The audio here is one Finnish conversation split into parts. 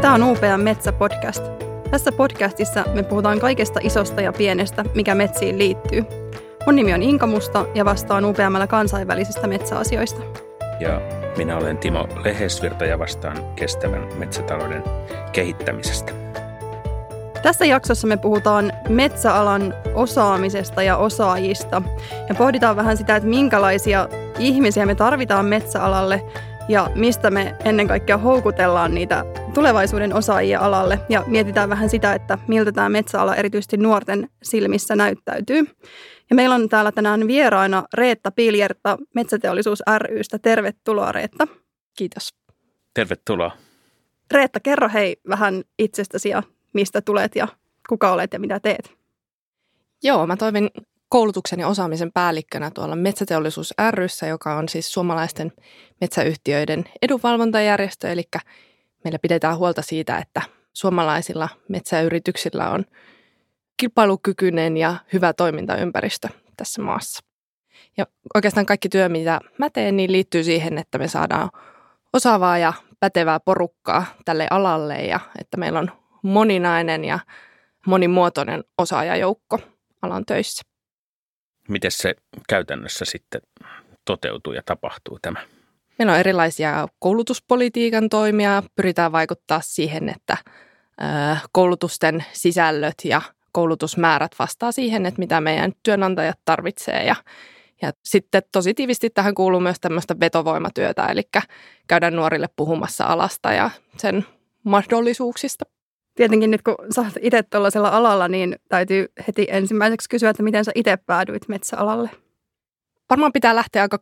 Tämä on UPM Metsä-podcast. Tässä podcastissa me puhutaan kaikesta isosta ja pienestä, mikä metsiin liittyy. Mun nimi on Inka Musta ja vastaan UPM:llä kansainvälisistä metsäasioista. Ja minä olen Timo Lehesvirta ja vastaan kestävän metsätalouden kehittämisestä. Tässä jaksossa me puhutaan metsäalan osaamisesta ja osaajista ja pohditaan vähän sitä, että minkälaisia ihmisiä me tarvitaan metsäalalle ja mistä me ennen kaikkea houkutellaan niitä tulevaisuuden osaajia alalle ja mietitään vähän sitä, että miltä tämä metsäala erityisesti nuorten silmissä näyttäytyy. Ja meillä on täällä tänään vieraana Reetta Piljerta Metsäteollisuus ry:stä. Tervetuloa, Reetta. Kiitos. Tervetuloa. Reetta, kerro hei vähän itsestäsi ja mistä tulet ja kuka olet ja mitä teet? Joo, mä toimin koulutuksen ja osaamisen päällikkönä tuolla Metsäteollisuus ry:ssä, joka on siis suomalaisten metsäyhtiöiden edunvalvontajärjestö. Eli meillä pidetään huolta siitä, että suomalaisilla metsäyrityksillä on kilpailukykyinen ja hyvä toimintaympäristö tässä maassa. Ja oikeastaan kaikki työ, mitä mä teen, niin liittyy siihen, että me saadaan osaavaa ja pätevää porukkaa tälle alalle ja että meillä on moninainen ja monimuotoinen osaajajoukko alan töissä. Miten se käytännössä sitten toteutuu ja tapahtuu tämä? Meillä on erilaisia koulutuspolitiikan toimia. Pyritään vaikuttaa siihen, että koulutusten sisällöt ja koulutusmäärät vastaa siihen, että mitä meidän työnantajat tarvitsee. Ja sitten tosi tiivisti tähän kuuluu myös tämmöistä vetovoimatyötä, eli käydään nuorille puhumassa alasta ja sen mahdollisuuksista. Tietenkin nyt kun sä oot itse tuollaisella alalla, niin täytyy heti ensimmäiseksi kysyä, että miten sä itse päädyit metsäalalle? Varmaan pitää lähteä aika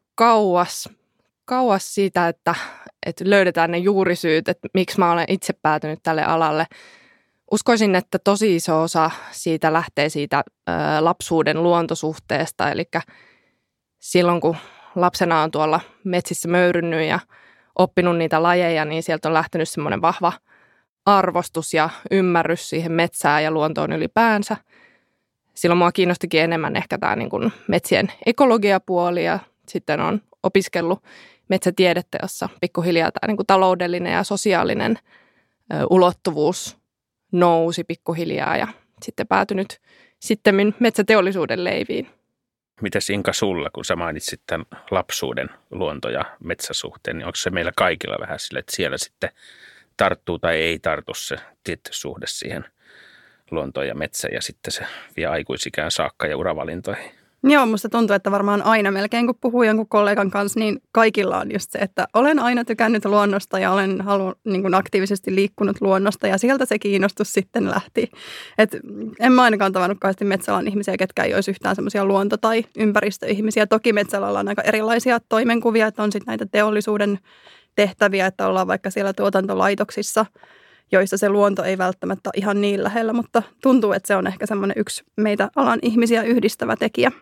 kauas siitä, että löydetään ne juurisyyt, että miksi mä olen itse päätynyt tälle alalle. Uskoisin, että tosi iso osa siitä lähtee siitä lapsuuden luontosuhteesta, eli silloin kun lapsena on tuolla metsissä möyrynnyt ja oppinut niitä lajeja, niin sieltä on lähtenyt semmoinen vahva arvostus ja ymmärrys siihen metsään ja luontoon ylipäänsä. Silloin mua kiinnostikin enemmän ehkä tämä niin kuin metsien ekologiapuoli ja sitten on opiskellut metsätiedettä, jossa pikkuhiljaa tämä niin kuin taloudellinen ja sosiaalinen ulottuvuus nousi pikkuhiljaa ja sitten päätynyt sittemmin metsäteollisuuden leiviin. Mites Inka sulla, kun sä mainitsit tämän lapsuuden luonto- ja metsäsuhteen, niin onko se meillä kaikilla vähän sille, että siellä sitten tarttuu tai ei tartu se tietty suhde siihen luontoon ja metsään ja sitten se vie aikuisikään saakka ja uravalintoihin? Joo, musta tuntuu, että varmaan aina melkein kun puhuu jonkun kollegan kanssa, niin kaikilla on just se, että olen aina tykännyt luonnosta ja olen niin kuin aktiivisesti liikkunut luonnosta ja sieltä se kiinnostus sitten lähti. Et en mä ainakaan tavannut kauheasti metsäalan ihmisiä, ketkä ei olisi yhtään semmoisia luonto- tai ympäristöihmisiä. Toki metsäalalla on aika erilaisia toimenkuvia, että on sitten näitä teollisuuden tehtäviä, että ollaan vaikka siellä tuotantolaitoksissa, joissa se luonto ei välttämättä ole ihan niin lähellä, mutta tuntuu, että se on ehkä semmoinen yksi meitä alan ihmisiä yhdistävä tekijä.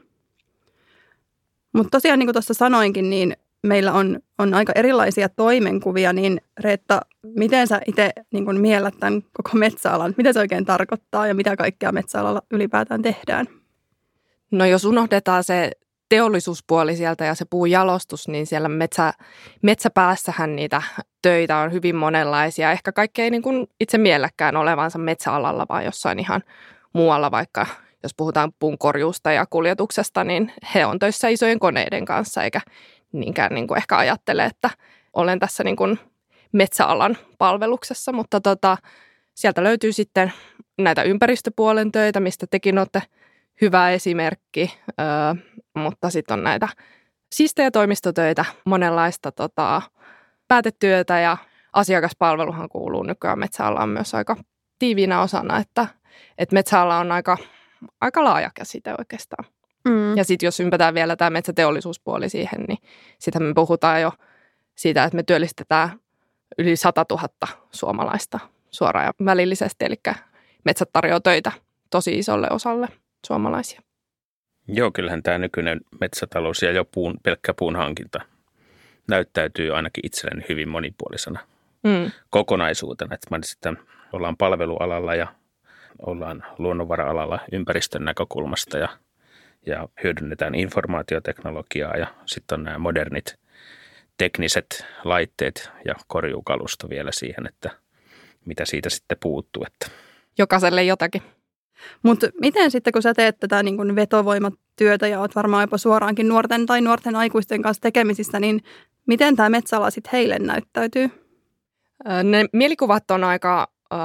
Mutta tosiaan niin kuin tuossa sanoinkin, niin meillä on aika erilaisia toimenkuvia, niin Reetta, miten sä itse niin kuin miellät tämän koko metsäalan? Mitä se oikein tarkoittaa ja mitä kaikkea metsäalalla ylipäätään tehdään? No jos unohdetaan se teollisuuspuoli sieltä ja se puunjalostus, niin siellä metsäpäässähän niitä töitä on hyvin monenlaisia. Ehkä kaikki ei niin kuin itse mielläkään olevansa metsäalalla, vaan jossain ihan muualla, vaikka jos puhutaan puun korjuusta ja kuljetuksesta, niin he on töissä isojen koneiden kanssa, eikä niinkään niin kuin ehkä ajattele, että olen tässä niin kuin metsäalan palveluksessa. Mutta sieltä löytyy sitten näitä ympäristöpuolen töitä, mistä tekin olette hyvä esimerkki, mutta sitten on näitä siistejä toimistotöitä, monenlaista päätetyötä ja asiakaspalveluhan kuuluu nykyään metsäalaan myös aika tiiviinä osana, että metsäala on aika laaja käsite oikeastaan. Ja sitten jos ympätään vielä tämä metsäteollisuuspuoli siihen, niin sitten me puhutaan jo siitä, että me työllistetään yli 100 000 suomalaista suoraan ja välillisesti, eli metsät tarjoaa töitä tosi isolle osalle suomalaisia. Joo, kyllähän tämä nykyinen metsätalous ja jo pelkkä puun hankinta näyttäytyy ainakin itselleni hyvin monipuolisena kokonaisuutena. Että mainitsin, että ollaan palvelualalla ja ollaan luonnonvara-alalla ympäristön näkökulmasta ja hyödynnetään informaatioteknologiaa ja sitten on nämä modernit tekniset laitteet ja korjuukalusto vielä siihen, että mitä siitä sitten puuttuu. Että. Jokaiselle jotakin. Mutta miten sitten, kun sä teet tätä niin kun vetovoimatyötä ja oot varmaan jopa suoraankin nuorten tai nuorten aikuisten kanssa tekemisissä, niin miten tämä metsäala sitten heille näyttäytyy? Ne mielikuvat on aika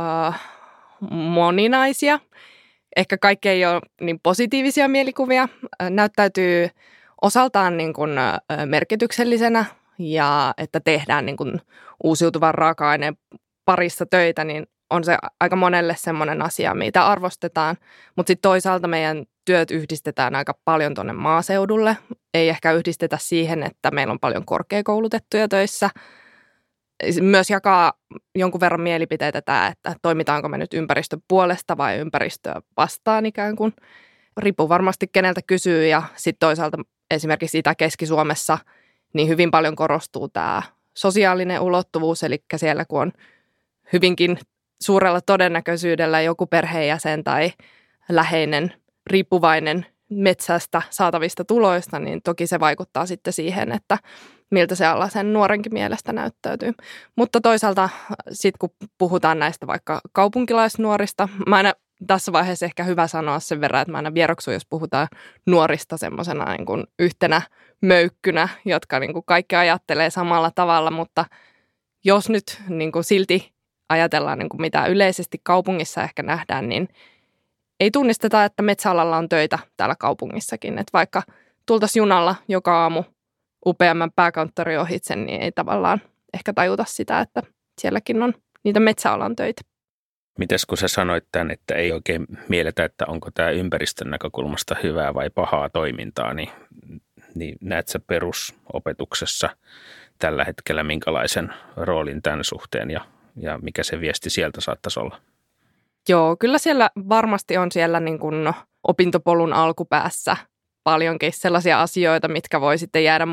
moninaisia. Ehkä kaikki ei ole niin positiivisia mielikuvia. Näyttäytyy osaltaan niin kuin merkityksellisenä ja että tehdään niin kuin uusiutuvan raaka-aineen parissa töitä, niin on se aika monelle semmoinen asia, mitä arvostetaan. Mutta sitten toisaalta meidän työt yhdistetään aika paljon tuonne maaseudulle. Ei ehkä yhdistetä siihen, että meillä on paljon korkeakoulutettuja töissä. Myös jakaa jonkun verran mielipiteitä tämä, että toimitaanko me nyt ympäristön puolesta vai ympäristöä vastaan ikään kuin. Riippuu varmasti keneltä kysyy ja sitten toisaalta esimerkiksi Itä-Keski-Suomessa niin hyvin paljon korostuu tämä sosiaalinen ulottuvuus, eli siellä kun on hyvinkin suurella todennäköisyydellä joku perheenjäsen tai läheinen riippuvainen metsästä saatavista tuloista, niin toki se vaikuttaa sitten siihen, että miltä se ala sen nuorenkin mielestä näyttäytyy. Mutta toisaalta sitten kun puhutaan näistä vaikka kaupunkilaisnuorista, mä aina tässä vaiheessa ehkä hyvä sanoa sen verran, että mä aina vieroksun, jos puhutaan nuorista semmoisena niin kuin yhtenä möykkynä, jotka niin kuin kaikki ajattelee samalla tavalla, mutta jos nyt niin kuin silti ajatellaan, niin kuin mitä yleisesti kaupungissa ehkä nähdään, niin ei tunnisteta, että metsäalalla on töitä täällä kaupungissakin. Että vaikka tultaisiin junalla joka aamu UPM:n pääkonttori ohitse, niin ei tavallaan ehkä tajuta sitä, että sielläkin on niitä metsäalan töitä. Mites kun sä sanoit tämän, että ei oikein mielletä, että onko tämä ympäristön näkökulmasta hyvää vai pahaa toimintaa, niin näet sä perusopetuksessa tällä hetkellä minkälaisen roolin tämän suhteen ja mikä se viesti sieltä saattaisi olla? Joo, kyllä siellä varmasti on siellä niin kuin opintopolun alkupäässä paljonkin sellaisia asioita, mitkä voi sitten jäädä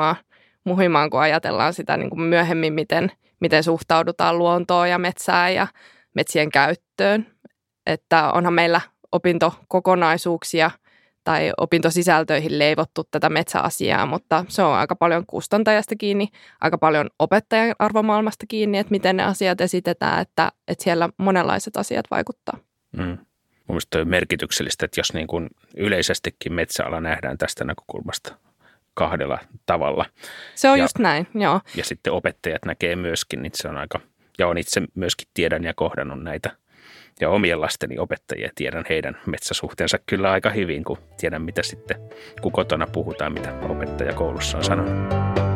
muhimaan kun ajatellaan sitä niin kuin myöhemmin, miten suhtaudutaan luontoon ja metsään ja metsien käyttöön. Että onhan meillä opintokokonaisuuksia tai opintosisältöihin leivottu tätä metsäasiaa, mutta se on aika paljon kustantajasta kiinni, aika paljon opettajan arvomaailmasta kiinni, että miten ne asiat esitetään, että siellä monenlaiset asiat vaikuttaa. Mielestäni on merkityksellistä, että jos niin kuin yleisestikin metsäala nähdään tästä näkökulmasta kahdella tavalla. Se on just näin, joo. Ja sitten opettajat näkee myöskin, niin se on aika, ja on itse myöskin tiedän ja kohdannut näitä. Ja omien lasteni opettajia tiedän heidän metsäsuhteensa kyllä aika hyvin, kun tiedän mitä sitten, kun kotona puhutaan, mitä opettaja koulussa on sanonut.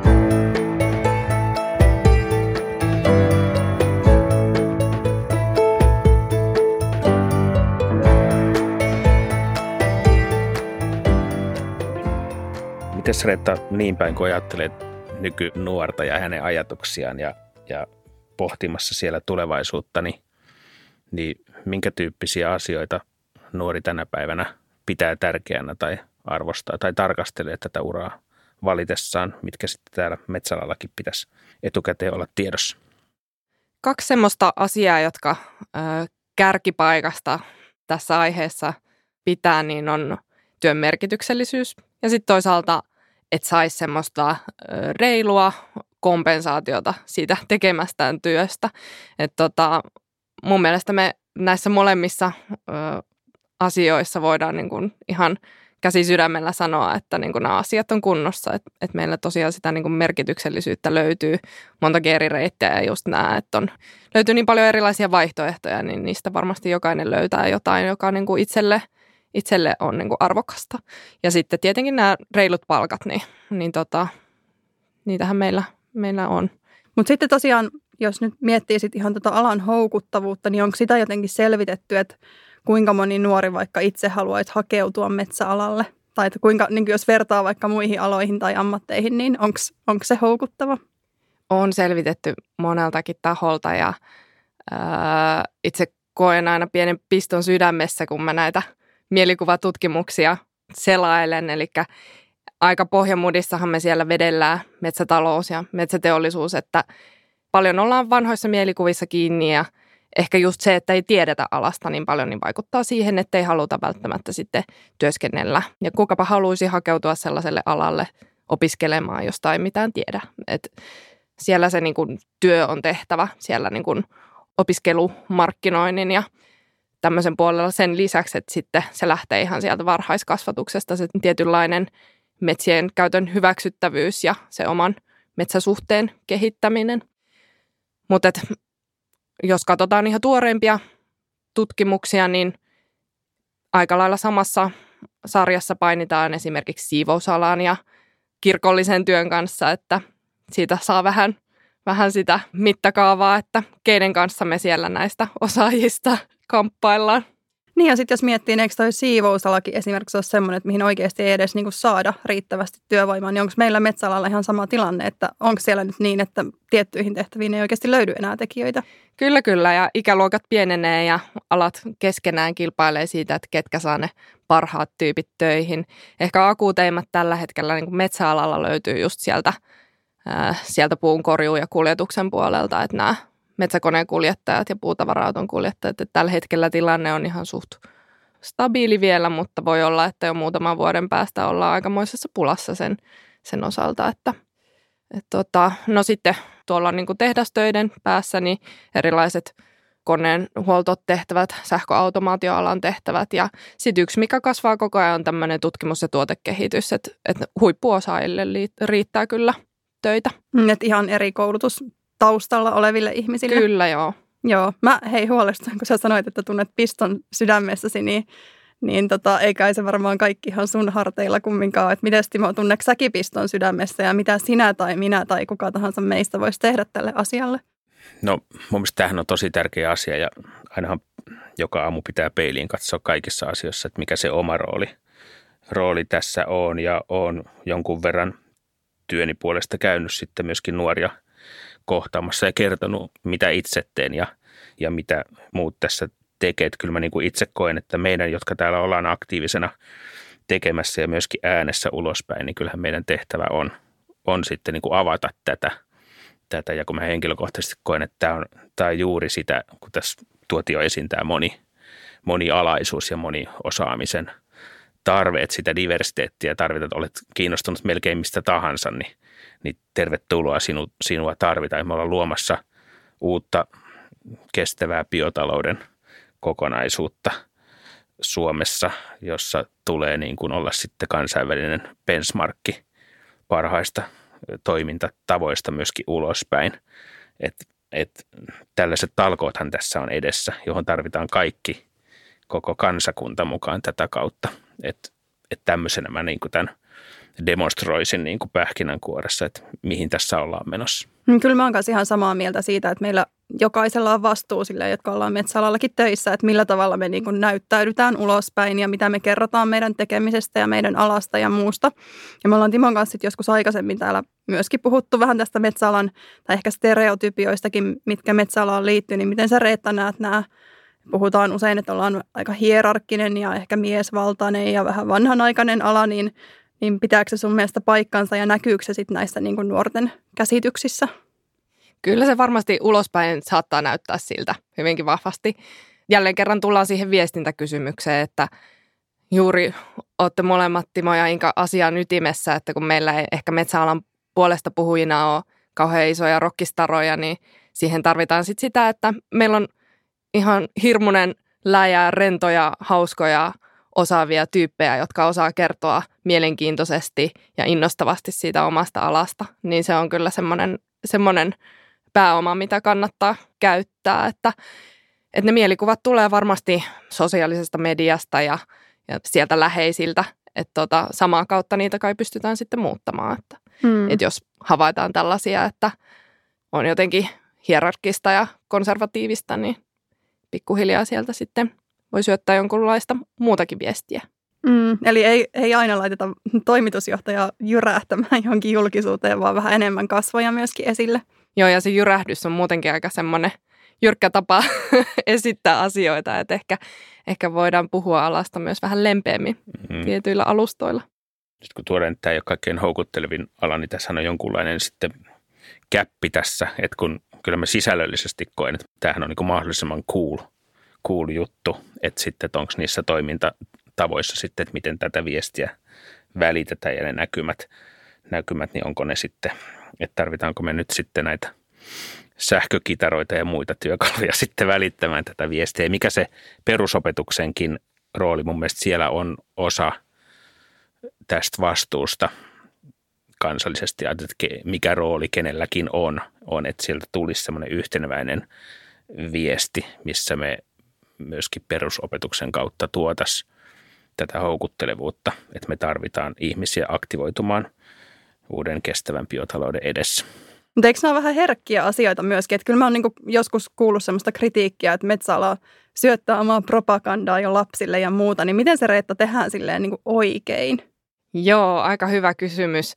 Mites Reetta niin päin, kun ajattelet nykynuorta ja hänen ajatuksiaan ja pohtimassa siellä tulevaisuutta, niin minkä tyyppisiä asioita nuori tänä päivänä pitää tärkeänä tai arvostaa tai tarkastelee tätä uraa valitessaan, mitkä sitten täällä metsäalallakin pitäisi etukäteen olla tiedossa? 2 semmoista asiaa, jotka kärkipaikasta tässä aiheessa pitää, niin on työn merkityksellisyys ja sitten toisaalta, että saisi semmoista reilua kompensaatiota siitä tekemästään työstä. Että mun mielestä me näissä molemmissa asioissa voidaan niin kuin ihan käsi sydämellä sanoa, että niin kuin nämä asiat on kunnossa. Että meillä tosiaan sitä niin kuin merkityksellisyyttä löytyy montakin eri reittejä ja just nämä, että löytyy niin paljon erilaisia vaihtoehtoja, niin niistä varmasti jokainen löytää jotain, joka niin kuin itselle on niin kuin arvokasta. Ja sitten tietenkin nämä reilut palkat, niin niitähän meillä on. Mutta sitten tosiaan, jos nyt miettii sit ihan alan houkuttavuutta, niin onko sitä jotenkin selvitetty, että kuinka moni nuori vaikka itse haluaisi hakeutua metsäalalle? Tai että kuinka, niin jos vertaa vaikka muihin aloihin tai ammatteihin, niin onko se houkuttava? On selvitetty moneltakin taholta ja itse koen aina pienen piston sydämessä, kun mä näitä mielikuvatutkimuksia selailen. Eli aika pohjamudissahan me siellä vedellään metsätalous ja metsäteollisuus, että paljon ollaan vanhoissa mielikuvissa kiinni ja ehkä just se, että ei tiedetä alasta niin paljon, niin vaikuttaa siihen, että ei haluta välttämättä sitten työskennellä. Ja kukapa haluaisi hakeutua sellaiselle alalle opiskelemaan, josta ei mitään tiedä. Et siellä se niin kun työ on tehtävä siellä niin kun opiskelumarkkinoinnin ja tämmöisen puolella sen lisäksi, että sitten se lähtee ihan sieltä varhaiskasvatuksesta, se tietynlainen metsien käytön hyväksyttävyys ja se oman metsäsuhteen kehittäminen. Mutta jos katsotaan ihan tuoreimpia tutkimuksia, niin aika lailla samassa sarjassa painitaan esimerkiksi siivousalan ja kirkollisen työn kanssa, että siitä saa vähän sitä mittakaavaa, että keiden kanssa me siellä näistä osaajista kamppaillaan. Niin ja sitten jos miettii, niin eikö toi siivousalakin esimerkiksi ole semmoinen, että mihin oikeasti ei edes niinku saada riittävästi työvoimaa, niin onko meillä metsäalalla ihan sama tilanne, että onko siellä nyt niin, että tiettyihin tehtäviin ei oikeasti löydy enää tekijöitä? Kyllä ja ikäluokat pienenee ja alat keskenään kilpailee siitä, että ketkä saa ne parhaat tyypit töihin. Ehkä akuuteimmat tällä hetkellä niin kuin metsäalalla löytyy just sieltä puun korjuu ja kuljetuksen puolelta, että nämä metsäkoneen kuljettajat ja puutavara-auton kuljettajat. Että tällä hetkellä tilanne on ihan suht stabiili vielä, mutta voi olla, että jo muutaman vuoden päästä ollaan aikamoisessa pulassa sen osalta. No sitten tuolla niin kuin tehdastöiden päässä niin erilaiset koneen huoltotehtävät, sähköautomaatioalan tehtävät ja sitten yksi, mikä kasvaa koko ajan on tämmöinen tutkimus- ja tuotekehitys, että huippuosaajille riittää kyllä töitä. Että ihan eri koulutustaustalla oleville ihmisille. Kyllä, joo. Joo, mä huolestun, kun sä sanoit, että tunnet piston sydämessäsi, niin ei kai se varmaan kaikki ihan sun harteilla kumminkaan, että miten Timo, tunneeko säkin piston sydämessä ja mitä sinä tai minä tai kuka tahansa meistä voisi tehdä tälle asialle? No mun mielestä tämähän on tosi tärkeä asia ja ainahan joka aamu pitää peiliin katsoa kaikissa asioissa, että mikä se oma rooli tässä on ja on jonkun verran työni puolesta käynyt sitten myöskin nuoria kohtaamassa ja kertonut, mitä itse teen ja mitä muut tässä tekee. Että kyllä mä niin kuin itse koen, että meidän, jotka täällä ollaan aktiivisena tekemässä ja myöskin äänessä ulospäin, niin kyllähän meidän tehtävä on sitten niin kuin avata tätä. Ja kun mä henkilökohtaisesti koen, että tämä on juuri sitä, kun tässä tuotiin jo esiin tämä monialaisuus ja moniosaamisen tarve, että sitä diversiteettiä tarvitaan, että olet kiinnostunut melkein mistä tahansa, niin tervetuloa sinua tarvitaan. Me ollaan luomassa uutta kestävää biotalouden kokonaisuutta Suomessa, jossa tulee niin kuin olla sitten kansainvälinen benchmarkki parhaista toimintatavoista myöskin ulospäin. Et tällaiset talkoothan tässä on edessä, johon tarvitaan koko kansakunta mukaan tätä kautta. Että tämmöisenä mä niin kuin tämän demonstroisin niin kuin pähkinänkuoressa, että mihin tässä ollaan menossa. Kyllä mä oon kanssa ihan samaa mieltä siitä, että meillä jokaisella on vastuu sille, jotka ollaan metsäalallakin töissä, että millä tavalla me niin kuin näyttäydytään ulospäin ja mitä me kerrotaan meidän tekemisestä ja meidän alasta ja muusta. Ja me ollaan Timon kanssa joskus aikaisemmin täällä myöskin puhuttu vähän tästä metsäalan tai ehkä stereotypioistakin, mitkä metsäalaan liittyy, niin miten sä Reetta näet nämä? Puhutaan usein, että ollaan aika hierarkkinen ja ehkä miesvaltainen ja vähän vanhanaikainen ala, niin pitääkö se sun mielestä paikkansa ja näkyykö se sitten näissä niin kuin nuorten käsityksissä? Kyllä se varmasti ulospäin saattaa näyttää siltä hyvinkin vahvasti. Jälleen kerran tullaan siihen viestintäkysymykseen, että juuri olette molemmat Timo ja Inka asian ytimessä, että kun meillä ei ehkä metsäalan puolesta puhujina ole kauhean isoja rockistaroja, niin siihen tarvitaan sitten sitä, että meillä on ihan hirmuinen läjä, rentoja, hauskoja, osaavia tyyppejä, jotka osaa kertoa mielenkiintoisesti ja innostavasti siitä omasta alasta. Niin se on kyllä semmoinen pääoma, mitä kannattaa käyttää, että ne mielikuvat tulee varmasti sosiaalisesta mediasta ja sieltä läheisiltä, että samaa kautta niitä kai pystytään sitten muuttamaan. Että jos havaitaan tällaisia, että on jotenkin hierarkista ja konservatiivista, niin pikkuhiljaa sieltä sitten voi syöttää jonkunlaista muutakin viestiä. Eli ei aina laiteta toimitusjohtajaa jyrähtämään johonkin julkisuuteen, vaan vähän enemmän kasvoja myöskin esille. Joo, ja se jyrähdys on muutenkin aika semmoinen jyrkkä tapa esittää asioita, että ehkä voidaan puhua alasta myös vähän lempeämmin tietyillä alustoilla. Sitten kun tuodaan, että tämä ei ole kaikkein houkuttelevin ala, niin tässä on jonkunlainen sitten käppi tässä, että kun kyllä mä sisällöllisesti koen, että tämähän on niin kuin mahdollisimman cool juttu, että sitten että onko niissä toimintatavoissa sitten, että miten tätä viestiä välitetään ja ne näkymät, niin onko ne sitten, että tarvitaanko me nyt sitten näitä sähkökitaroita ja muita työkaluja sitten välittämään tätä viestiä. Ja mikä se perusopetuksenkin rooli mun mielestä siellä on osa tästä vastuusta kansallisesti, että mikä rooli kenelläkin on, että sieltä tulisi semmoinen yhteneväinen viesti, missä me myöskin perusopetuksen kautta tuotaisiin tätä houkuttelevuutta, että me tarvitaan ihmisiä aktivoitumaan uuden kestävän biotalouden edessä. Mutta eikö nämä ole vähän herkkiä asioita myöskin? Että kyllä mä oon niinku joskus kuullut sellaista kritiikkiä, että metsäala syöttää omaa propagandaa jo lapsille ja muuta. Niin miten se, Reetta, tehdään silleen niinku oikein? Joo, aika hyvä kysymys.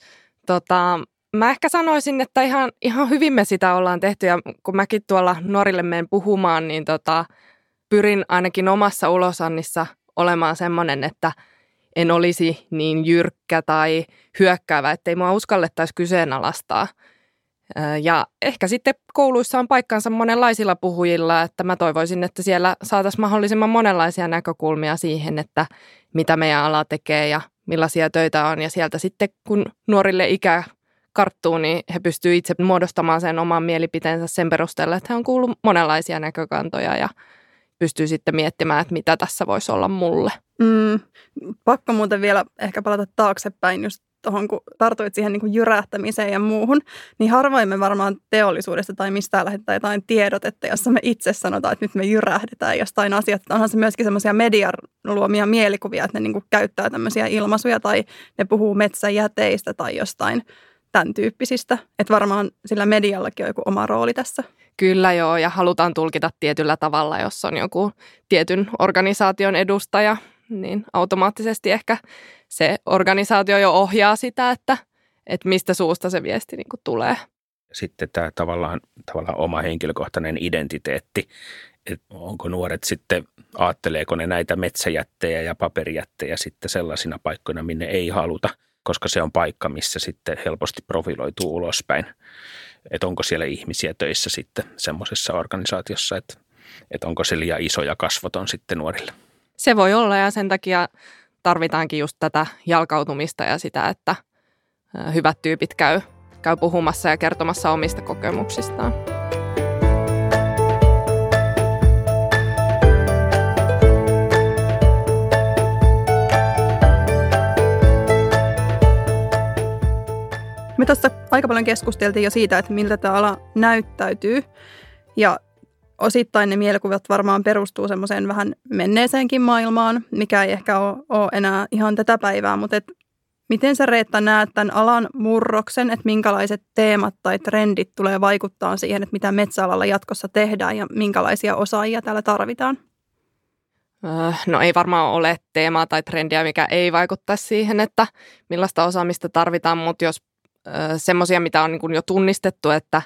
Mä ehkä sanoisin, että ihan hyvin me sitä ollaan tehty. Ja kun mäkin tuolla nuorille menen puhumaan, niin pyrin ainakin omassa ulosannissa olemaan semmoinen, että en olisi niin jyrkkä tai hyökkäävä, ettei mua uskallettaisi kyseenalaistaa. Ja ehkä sitten kouluissa on paikkansa monenlaisilla puhujilla, että mä toivoisin, että siellä saataisiin mahdollisimman monenlaisia näkökulmia siihen, että mitä meidän ala tekee ja millaisia töitä on. Ja sieltä sitten, kun nuorille ikä karttuu, niin he pystyvät itse muodostamaan sen oman mielipiteensä sen perusteella, että he on kuullut monenlaisia näkökantoja ja pystyy sitten miettimään, että mitä tässä voisi olla mulle. Pakko muuten vielä ehkä palata taaksepäin just tuohon, kun tartuit siihen niin kuin jyrähtämiseen ja muuhun, niin harvoin me varmaan teollisuudesta tai mistään lähetetään jotain tiedotetta, jossa me itse sanotaan, että nyt me jyrähdetään jostain asiasta. Onhan se myöskin semmoisia median luomia mielikuvia, että ne niin kuin käyttää tämmöisiä ilmaisuja tai ne puhuu metsäjäteistä tai jostain tämän tyyppisistä. Että varmaan sillä mediallakin on joku oma rooli tässä. Kyllä joo, ja halutaan tulkita tietyllä tavalla, jos on joku tietyn organisaation edustaja, niin automaattisesti ehkä se organisaatio jo ohjaa sitä, että mistä suusta se viesti niin kuin tulee. Sitten tämä tavallaan oma henkilökohtainen identiteetti, että onko nuoret sitten, ajatteleeko ne näitä metsäjättejä ja paperijättejä sitten sellaisina paikkoina, minne ei haluta, koska se on paikka, missä sitten helposti profiloituu ulospäin. Että onko siellä ihmisiä töissä sitten semmoisessa organisaatiossa, että onko se liian iso ja kasvoton sitten nuorille. Se voi olla, ja sen takia tarvitaankin just tätä jalkautumista ja sitä, että hyvät tyypit käy puhumassa ja kertomassa omista kokemuksistaan. Me tuossa aika paljon keskusteltiin jo siitä, että miltä tämä ala näyttäytyy, ja osittain ne mielikuvat varmaan perustuu semmoiseen vähän menneeseenkin maailmaan, mikä ei ehkä ole enää ihan tätä päivää, mutta miten sä, Reetta, näet tämän alan murroksen, että minkälaiset teemat tai trendit tulee vaikuttaa siihen, että mitä metsäalalla jatkossa tehdään ja minkälaisia osaajia täällä tarvitaan? No ei varmaan ole teemaa tai trendiä, mikä ei vaikuttaisi siihen, että millaista osaamista tarvitaan, mutta jos semmoisia, mitä on niin kuin jo tunnistettu, että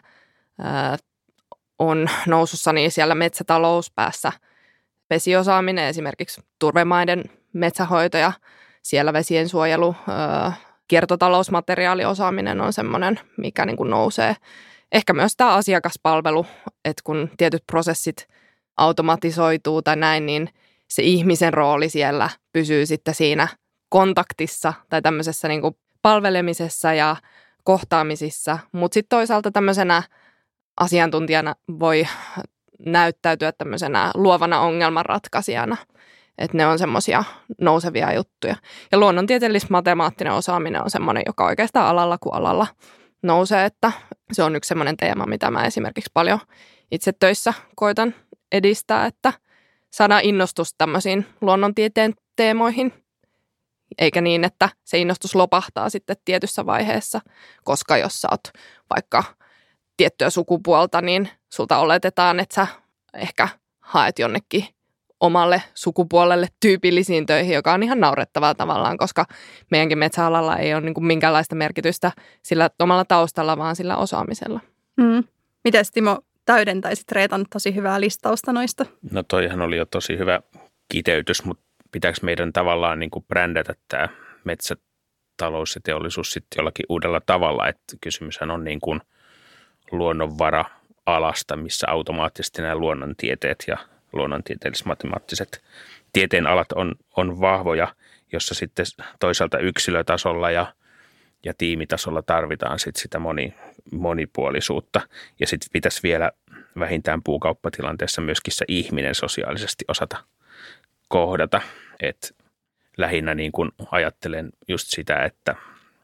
on nousussa, niin siellä metsätalouspäässä vesiosaaminen, esimerkiksi turvemaiden metsähoito ja siellä vesien suojelu, kiertotalousmateriaaliosaaminen on semmoinen, mikä niin kuin nousee. Ehkä myös tämä asiakaspalvelu, että kun tietyt prosessit automatisoituu tai näin, niin se ihmisen rooli siellä pysyy sitten siinä kontaktissa tai tämmöisessä niin kuin palvelemisessa ja kohtaamisissa, mutta sitten toisaalta tämmöisenä asiantuntijana voi näyttäytyä tämmöisenä luovana ongelmanratkaisijana, että ne on semmoisia nousevia juttuja. Ja luonnontieteellis-matemaattinen osaaminen on semmoinen, joka oikeastaan alalla kuin alalla nousee, että se on yksi semmoinen teema, mitä mä esimerkiksi paljon itse töissä koitan edistää, että saadaan innostus tämmöisiin luonnontieteen teemoihin, eikä niin, että se innostus lopahtaa sitten tietyssä vaiheessa, koska jos sä oot vaikka tiettyä sukupuolta, niin sulta oletetaan, että sä ehkä haet jonnekin omalle sukupuolelle tyypillisiin töihin, joka on ihan naurettavaa tavallaan, koska meidänkin metsäalalla ei ole niin kuin minkäänlaista merkitystä sillä omalla taustalla, vaan sillä osaamisella. Mites, Timo, täydentäisit Reetan tosi hyvää listausta noista? No toihan oli jo tosi hyvä kiteytys, mutta pitääkö meidän tavallaan niin kuin brändätä tämä metsätalous ja teollisuus sitten jollakin uudella tavalla, että kysymyshän on niin kuin luonnonvara-alasta, missä automaattisesti nämä luonnontieteet ja luonnontieteellis-matemaattiset tieteenalat on vahvoja, jossa sitten toisaalta yksilötasolla ja ja tiimitasolla tarvitaan sit sitä monipuolisuutta. Ja sitten pitäisi vielä vähintään puukauppatilanteessa myöskin se ihminen sosiaalisesti osata kohdata. Et lähinnä niin kun ajattelen just sitä, että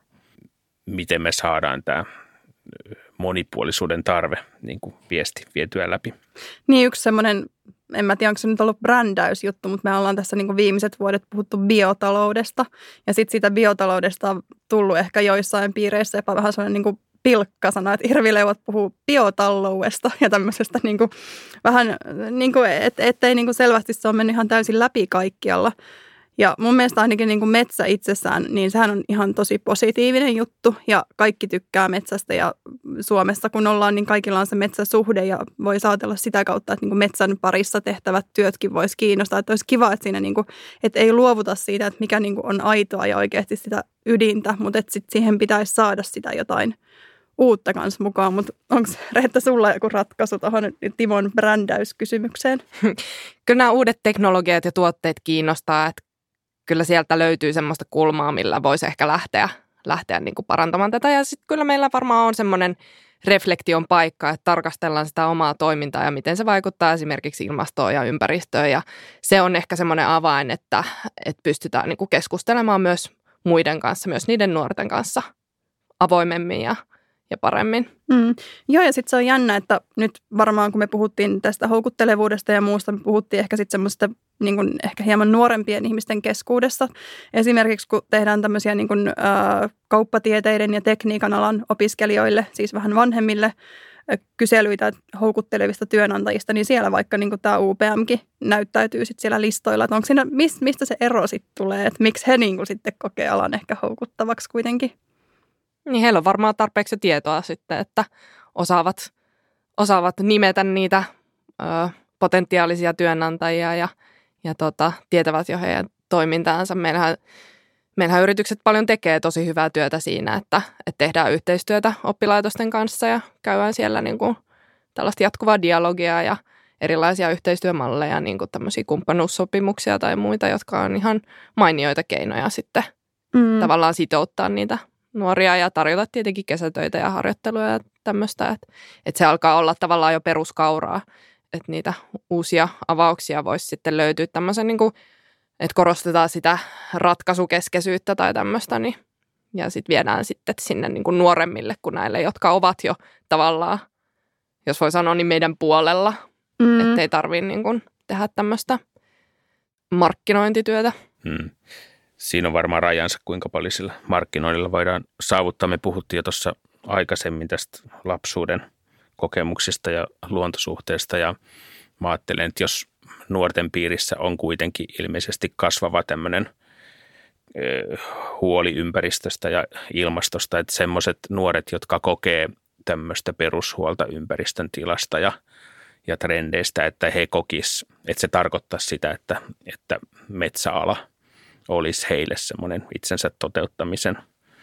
miten me saadaan tämä monipuolisuuden tarve niin kuin viesti vietyä läpi. Niin yksi semmoinen, en mä tiedä onko se nyt ollut brändäysjuttu, mutta me ollaan tässä niin kuin viimeiset vuodet puhuttu biotaloudesta. Ja sitten siitä biotaloudesta on tullut ehkä joissain piireissä jopa vähän sellainen niin kuin pilkkasana, että irvileuvot puhuu biotaloudesta ja tämmöisestä niin kuin vähän, niin kuin, ettei niin kuin selvästi se on mennyt ihan täysin läpi kaikkialla. Ja mun mielestä ainakin niin kuin metsä itsessään, niin sehän on ihan tosi positiivinen juttu ja kaikki tykkää metsästä ja Suomessa kun ollaan, niin kaikilla on se metsäsuhde ja voi ajatella sitä kautta, että niin kuin metsän parissa tehtävät työtkin voisi kiinnostaa. Että olisi kiva, että siinä niin kuin, että ei luovuta siitä, että mikä niin kuin on aitoa ja oikeasti sitä ydintä, mutta että sit siihen pitäisi saada sitä jotain uutta kanssa mukaan. Mutta onko Reetta sulla joku ratkaisu tuohon Timon brändäyskysymykseen? Kyllä nämä uudet teknologiat ja tuotteet kiinnostaa, että kyllä sieltä löytyy semmoista kulmaa, millä voisi ehkä lähteä niin kuin parantamaan tätä. Ja sitten kyllä meillä varmaan on semmoinen reflektion paikka, että tarkastellaan sitä omaa toimintaa ja miten se vaikuttaa esimerkiksi ilmastoon ja ympäristöön. Ja se on ehkä semmoinen avain, että pystytään niin kuin keskustelemaan myös muiden kanssa, myös niiden nuorten kanssa avoimemmin ja paremmin. Joo, ja sitten se on jännä, että nyt varmaan kun me puhuttiin tästä houkuttelevuudesta ja muusta, me puhuttiin ehkä sitten semmoista niin kuin ehkä hieman nuorempien ihmisten keskuudessa. Esimerkiksi kun tehdään tämmöisiä niin kuin, kauppatieteiden ja tekniikan alan opiskelijoille, siis vähän vanhemmille kyselyitä houkuttelevista työnantajista, niin siellä vaikka niin kuin tämä UPMkin näyttäytyy sitten siellä listoilla, että onko siinä, mistä se ero sitten tulee, että miksi he niin kuin sitten kokee alan ehkä houkuttavaksi kuitenkin. Niin heillä on varmaan tarpeeksi tietoa sitten, että osaavat nimetä niitä potentiaalisia työnantajia ja tietävät jo heidän toimintaansa. Meillähän yritykset paljon tekee tosi hyvää työtä siinä, että tehdään yhteistyötä oppilaitosten kanssa ja käydään siellä niin kuin tällaista jatkuvaa dialogia ja erilaisia yhteistyömalleja, niin kuin tämmöisiä kumppanuussopimuksia tai muita, jotka on ihan mainioita keinoja sitten tavallaan sitouttaa niitä nuoria ja tarjota tietenkin kesätöitä ja harjoittelua ja tämmöistä, että se alkaa olla tavallaan jo peruskauraa, että niitä uusia avauksia voisi sitten löytyä tämmöisen, niin kuin, että korostetaan sitä ratkaisukeskeisyyttä tai tämmöistä, niin, ja sitten viedään sitten sinne niin kuin nuoremmille kuin näille, jotka ovat jo tavallaan, jos voi sanoa, niin meidän puolella, ettei tarvitse niin kuin tehdä tämmöistä markkinointityötä. Siinä on varmaan rajansa, kuinka paljon sillä markkinoinnilla voidaan saavuttaa. Me puhuttiin jo tuossa aikaisemmin tästä lapsuuden kokemuksista ja luontosuhteesta. Ja mä ajattelen, että jos nuorten piirissä on kuitenkin ilmeisesti kasvava tämmöinen huoli ympäristöstä ja ilmastosta, että semmoiset nuoret, jotka kokee tämmöistä perushuolta ympäristön tilasta ja trendeistä, että he kokisivat, että se tarkoittaa sitä, että metsäala olisi heille semmoinen itsensä toteuttamisen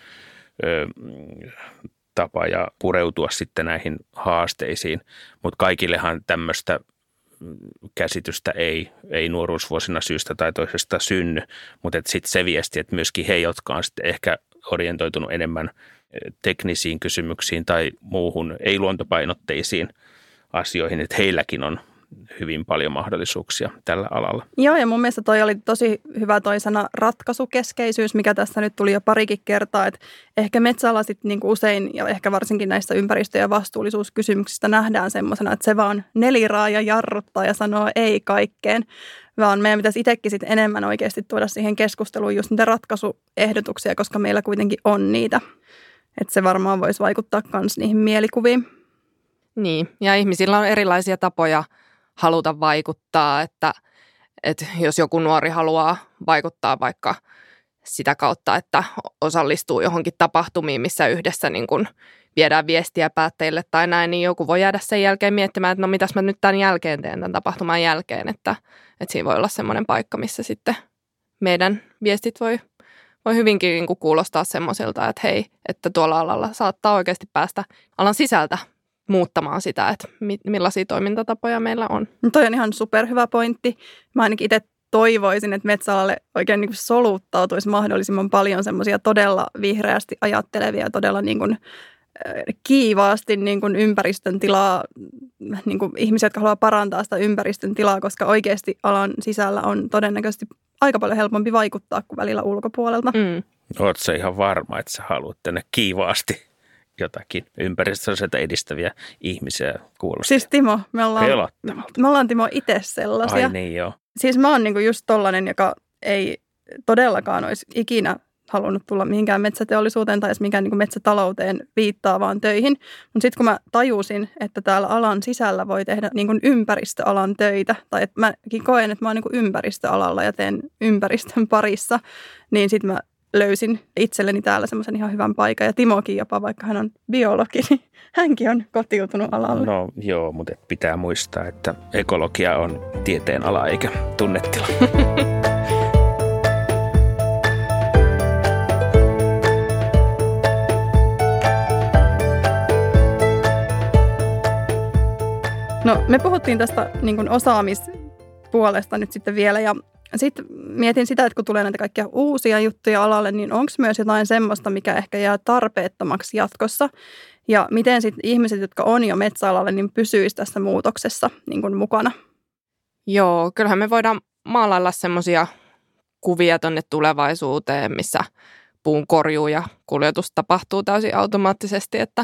tapa ja pureutua sitten näihin haasteisiin. Mutta kaikillehan tämmöistä käsitystä ei nuoruusvuosina syystä tai toisesta synny, mutta sitten se viesti, että myöskin he, jotka on sitten ehkä orientoitunut enemmän teknisiin kysymyksiin tai muuhun ei-luontopainotteisiin asioihin, että heilläkin on hyvin paljon mahdollisuuksia tällä alalla. Joo, ja mun mielestä toi oli tosi hyvä toi sana ratkaisukeskeisyys, mikä tässä nyt tuli jo parikin kertaa, että ehkä metsäala sitten niinku usein ja ehkä varsinkin näissä ympäristö- ja vastuullisuuskysymyksistä nähdään semmoisena, että se vaan neliraa ja jarruttaa ja sanoo ei kaikkeen, vaan meidän pitäisi itsekin sitten enemmän oikeasti tuoda siihen keskusteluun just niitä ratkaisuehdotuksia, koska meillä kuitenkin on niitä, että se varmaan voisi vaikuttaa myös niihin mielikuviin. Niin, ja ihmisillä on erilaisia tapoja haluta vaikuttaa, että jos joku nuori haluaa vaikuttaa vaikka sitä kautta, että osallistuu johonkin tapahtumiin, missä yhdessä niin kun viedään viestiä päättäjille tai näin, niin joku voi jäädä sen jälkeen miettimään, että no mitäs mä nyt tämän jälkeen teen, tämän tapahtuman jälkeen, että siinä voi olla semmoinen paikka, missä sitten meidän viestit voi hyvinkin niin kun kuulostaa semmoiselta, että hei, että tuolla alalla saattaa oikeasti päästä alan sisältä muuttamaan sitä, että millaisia toimintatapoja meillä on. No toi on ihan superhyvä pointti. Mä ainakin itse toivoisin, että metsäalalle oikein niin kuin soluttautuisi mahdollisimman paljon semmoisia todella vihreästi ajattelevia, todella niin kuin kiivaasti niin kuin ympäristön tilaa, niin kuin ihmisiä, jotka haluaa parantaa sitä ympäristön tilaa, koska oikeasti alan sisällä on todennäköisesti aika paljon helpompi vaikuttaa kuin välillä ulkopuolelta. Oletko sä ihan varma, että sä haluat tänne kiivaasti jotakin ympäristössä edistäviä ihmisiä kuulostaa? Siis Timo, me ollaan Timo itse sellaisia. Ai niin joo. Siis mä oon niinku just tollainen, joka ei todellakaan olisi ikinä halunnut tulla mihinkään metsäteollisuuteen tai edes mihinkään niinku metsätalouteen viittaavaan töihin. Mutta sitten kun mä tajusin, että täällä alan sisällä voi tehdä niinku ympäristöalan töitä, tai että mäkin koen, että mä oon niinku ympäristöalalla ja teen ympäristön parissa, niin sitten mä löysin itselleni täällä semmoisen ihan hyvän paikan. Ja Timokin jopa, vaikka hän on biologi, niin hänkin on kotiutunut alalle. No joo, mutta pitää muistaa, että ekologia on tieteen ala eikä tunnetila. No me puhuttiin tästä niin kuin osaamispuolesta nyt sitten vielä ja sitten mietin sitä, että kun tulee näitä kaikkia uusia juttuja alalle, niin onko myös jotain semmoista, mikä ehkä jää tarpeettomaksi jatkossa? Ja miten sitten ihmiset, jotka on jo metsäalalle, niin pysyisi tässä muutoksessa niin kuin mukana? Joo, kyllähän me voidaan maalailla semmoisia kuvia tuonne tulevaisuuteen, missä puun korjuu ja kuljetus tapahtuu täysin automaattisesti, että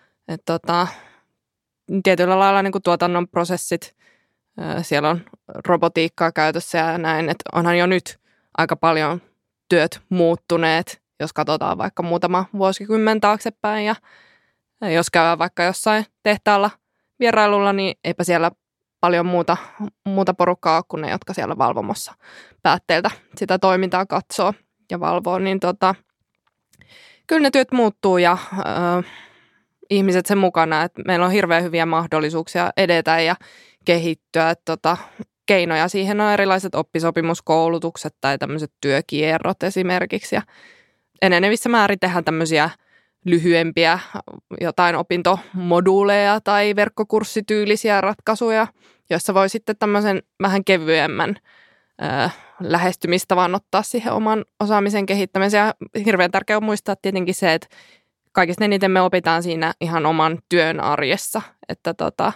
tietyllä lailla niin kuin tuotannon prosessit, siellä on robotiikkaa käytössä ja näin, että onhan jo nyt aika paljon työt muuttuneet, jos katsotaan vaikka muutama vuosikymmen taaksepäin ja jos käydään vaikka jossain tehtaalla vierailulla, niin eipä siellä paljon muuta porukkaa ole kuin ne, jotka siellä valvomossa päätteeltä sitä toimintaa katsoo ja valvoo, niin kyllä ne työt muuttuu ja ihmiset sen mukana, että meillä on hirveän hyviä mahdollisuuksia edetä ja kehittyä. Että keinoja siihen on erilaiset oppisopimuskoulutukset tai tämmöiset työkierrot esimerkiksi. Ja enenevissä määrin tehdään tämmöisiä lyhyempiä jotain opintomoduuleja tai verkkokurssityylisiä ratkaisuja, joissa voi sitten tämmöisen vähän kevyemmän lähestymistavan ottaa siihen oman osaamisen kehittämiseen. Ja hirveän tärkeää on muistaa tietenkin se, että kaikista eniten me opitaan siinä ihan oman työn arjessa, että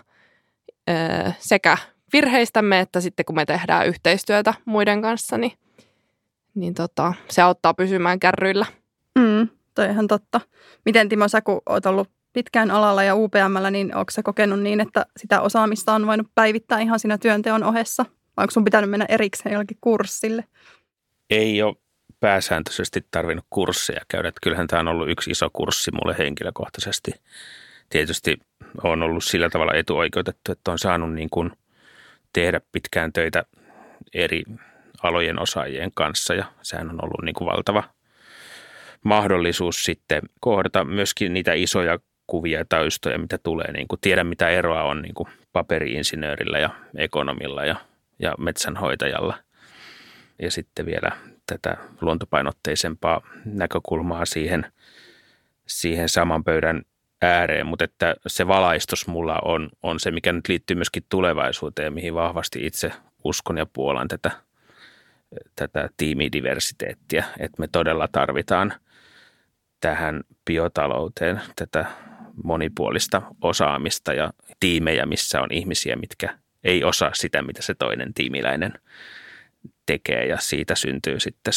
sekä virheistämme, että sitten kun me tehdään yhteistyötä muiden kanssa, niin se auttaa pysymään kärryillä. Toi ihan totta. Miten Timo, sä kun oot ollut pitkään alalla ja UPM:llä, niin ootko sä kokenut niin, että sitä osaamista on voinut päivittää ihan siinä työnteon ohessa? Vai onko sun pitänyt mennä erikseen jollekin kurssille? Ei ole pääsääntöisesti tarvinnut kursseja käydä. Että kyllähän tämä on ollut yksi iso kurssi mulle henkilökohtaisesti. Tietysti on ollut sillä tavalla etuoikeutettu, että on saanut niin kuin tehdä pitkään töitä eri alojen osaajien kanssa ja sehän on ollut niin kuin valtava mahdollisuus sitten kohdata myöskin niitä isoja kuvia ja taustoja, mitä tulee. Niin kuin tiedä, mitä eroa on niin kuin paperi-insinöörillä ja ekonomilla ja metsänhoitajalla. Ja sitten vielä tätä luontopainotteisempaa näkökulmaa siihen saman pöydän ääreen. Mutta että se valaistus mulla on se, mikä nyt liittyy myöskin tulevaisuuteen, mihin vahvasti itse uskon ja puolan tätä tiimidiversiteettiä. Että me todella tarvitaan tähän biotalouteen tätä monipuolista osaamista ja tiimejä, missä on ihmisiä, mitkä ei osaa sitä, mitä se toinen tiimiläinen tekee ja siitä syntyy sitten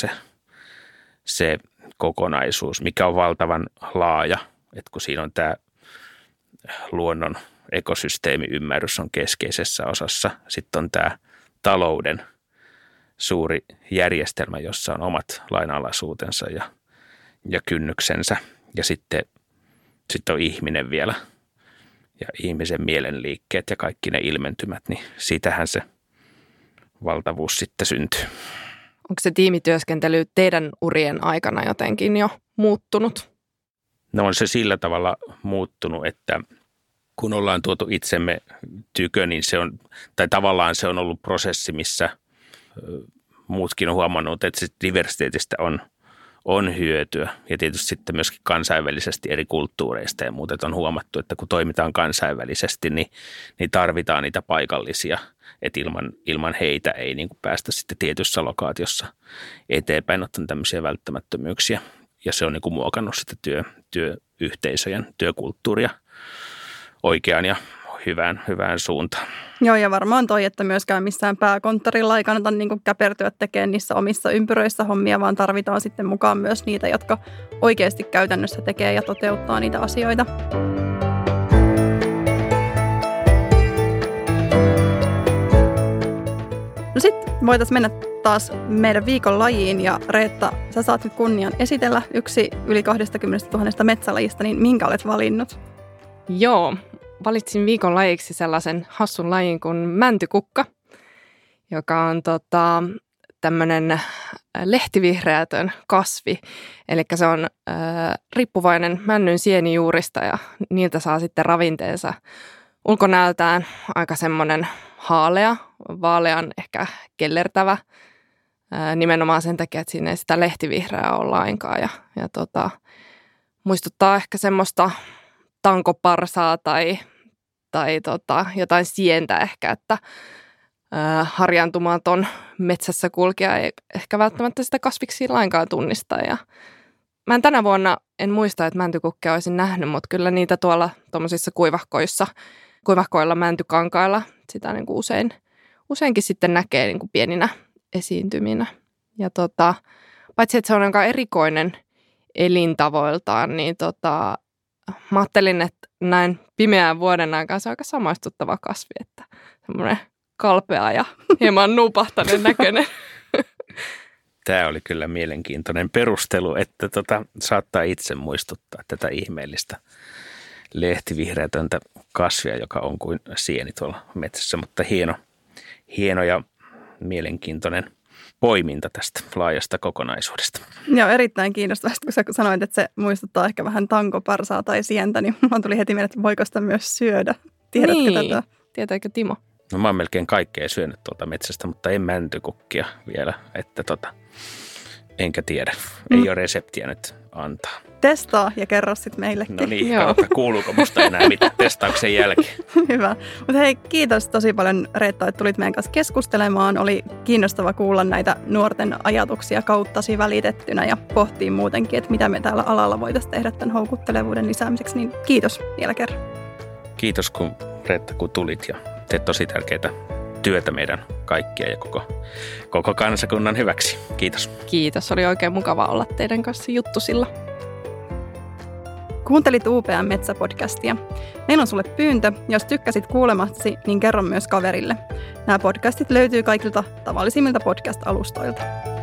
se kokonaisuus, mikä on valtavan laaja, että kun siinä on tämä luonnon ekosysteemiymmärrys on keskeisessä osassa, sitten on tämä talouden suuri järjestelmä, jossa on omat lainalaisuutensa ja kynnyksensä ja sitten on ihminen vielä ja ihmisen mielenliikkeet ja kaikki ne ilmentymät, niin siitähän se valtavuus sitten syntyy. Onko se tiimityöskentely teidän urien aikana jotenkin jo muuttunut? No on se sillä tavalla muuttunut, että kun ollaan tuotu itsemme tykö, niin se on, tai tavallaan se on ollut prosessi, missä muutkin on huomannut, että diversiteetistä on hyötyä ja tietysti sitten myöskin kansainvälisesti eri kulttuureista ja muuten on huomattu, että kun toimitaan kansainvälisesti, niin tarvitaan niitä paikallisia että ilman heitä ei niin kuin päästä sitten tietyssä lokaatiossa eteenpäin, ottanut tämmöisiä välttämättömyyksiä. Ja se on niin kuin muokannut sitten työyhteisöjen työkulttuuria oikeaan ja hyvään suuntaan. Joo, ja varmaan toi, että myöskään missään pääkonttorilla ei kannata niin kuin käpertyä tekemään niissä omissa ympyröissä hommia, vaan tarvitaan sitten mukaan myös niitä, jotka oikeasti käytännössä tekee ja toteuttaa niitä asioita. No sitten voitaisiin mennä taas meidän viikon lajiin, ja Reetta, sä saat nyt kunnian esitellä yksi yli 20 000 metsälajista, niin minkä olet valinnut? Joo, valitsin viikon lajiksi sellaisen hassun lajin kuin mäntykukka, joka on tämmöinen lehtivihreätön kasvi. Eli se on riippuvainen männyn sienijuurista ja niiltä saa sitten ravinteensa. Ulkonäöltään aika semmoinen vaalean ehkä kellertävä, nimenomaan sen takia, että siinä ei sitä lehtivihreää ole lainkaan. Ja muistuttaa ehkä semmoista tankoparsaa tai jotain sientä ehkä, että harjaantumaton metsässä kulkija ei ehkä välttämättä sitä kasviksi lainkaan tunnista. Ja mä tänä vuonna en muista, että mäntykukkia olisin nähnyt, mutta kyllä niitä tuolla tuommoisissa kuivahkoilla mäntykankailla sitä niin kuin useinkin sitten näkee niin kuin pieninä esiintyminä. Ja paitsi, että se on aika erikoinen elintavoiltaan, niin mä ajattelin, että näin pimeään vuoden aikaan se on aika samaistuttava kasvi, että semmoinen kalpea ja hieman nupahtainen näköinen. Tämä oli kyllä mielenkiintoinen perustelu, että saattaa itse muistuttaa tätä ihmeellistä lehtivihreätöntä kasvia, joka on kuin sieni tuolla metsässä, mutta hieno ja mielenkiintoinen poiminta tästä laajasta kokonaisuudesta. Joo, erittäin kiinnostavasti, kun sä sanoit, että se muistuttaa ehkä vähän tankoparsaa tai sientä, niin mulla tuli heti mieleen, että voiko sitä myös syödä. Tiedätkö tätä? Tietääkö Timo? No mä oon melkein kaikkea syönyt tuolta metsästä, mutta en mäntykukkia vielä, että enkä tiedä. Ei ole reseptiä nyt antaa. Testaa ja kerro sitten meillekin. No niin, katsotaan, kuuluuko musta enää mitään testauksen jälkeen. Hyvä. Mutta hei, kiitos tosi paljon Reetta, että tulit meidän kanssa keskustelemaan. Oli kiinnostava kuulla näitä nuorten ajatuksia kauttasi välitettynä ja pohtia muutenkin, että mitä me täällä alalla voitaisiin tehdä tämän houkuttelevuuden lisäämiseksi. Niin kiitos vielä kerran. Kiitos Reetta, kun tulit ja teet tosi tärkeää työtä meidän kaikkia ja koko kansakunnan hyväksi. Kiitos. Kiitos, oli oikein mukava olla teidän kanssa juttusilla. Kuuntelit UPM Metsä-podcastia. Meillä on sulle pyyntö. Jos tykkäsit kuulemasi, niin kerro myös kaverille. Nämä podcastit löytyy kaikilta tavallisimmilta podcast-alustoilta.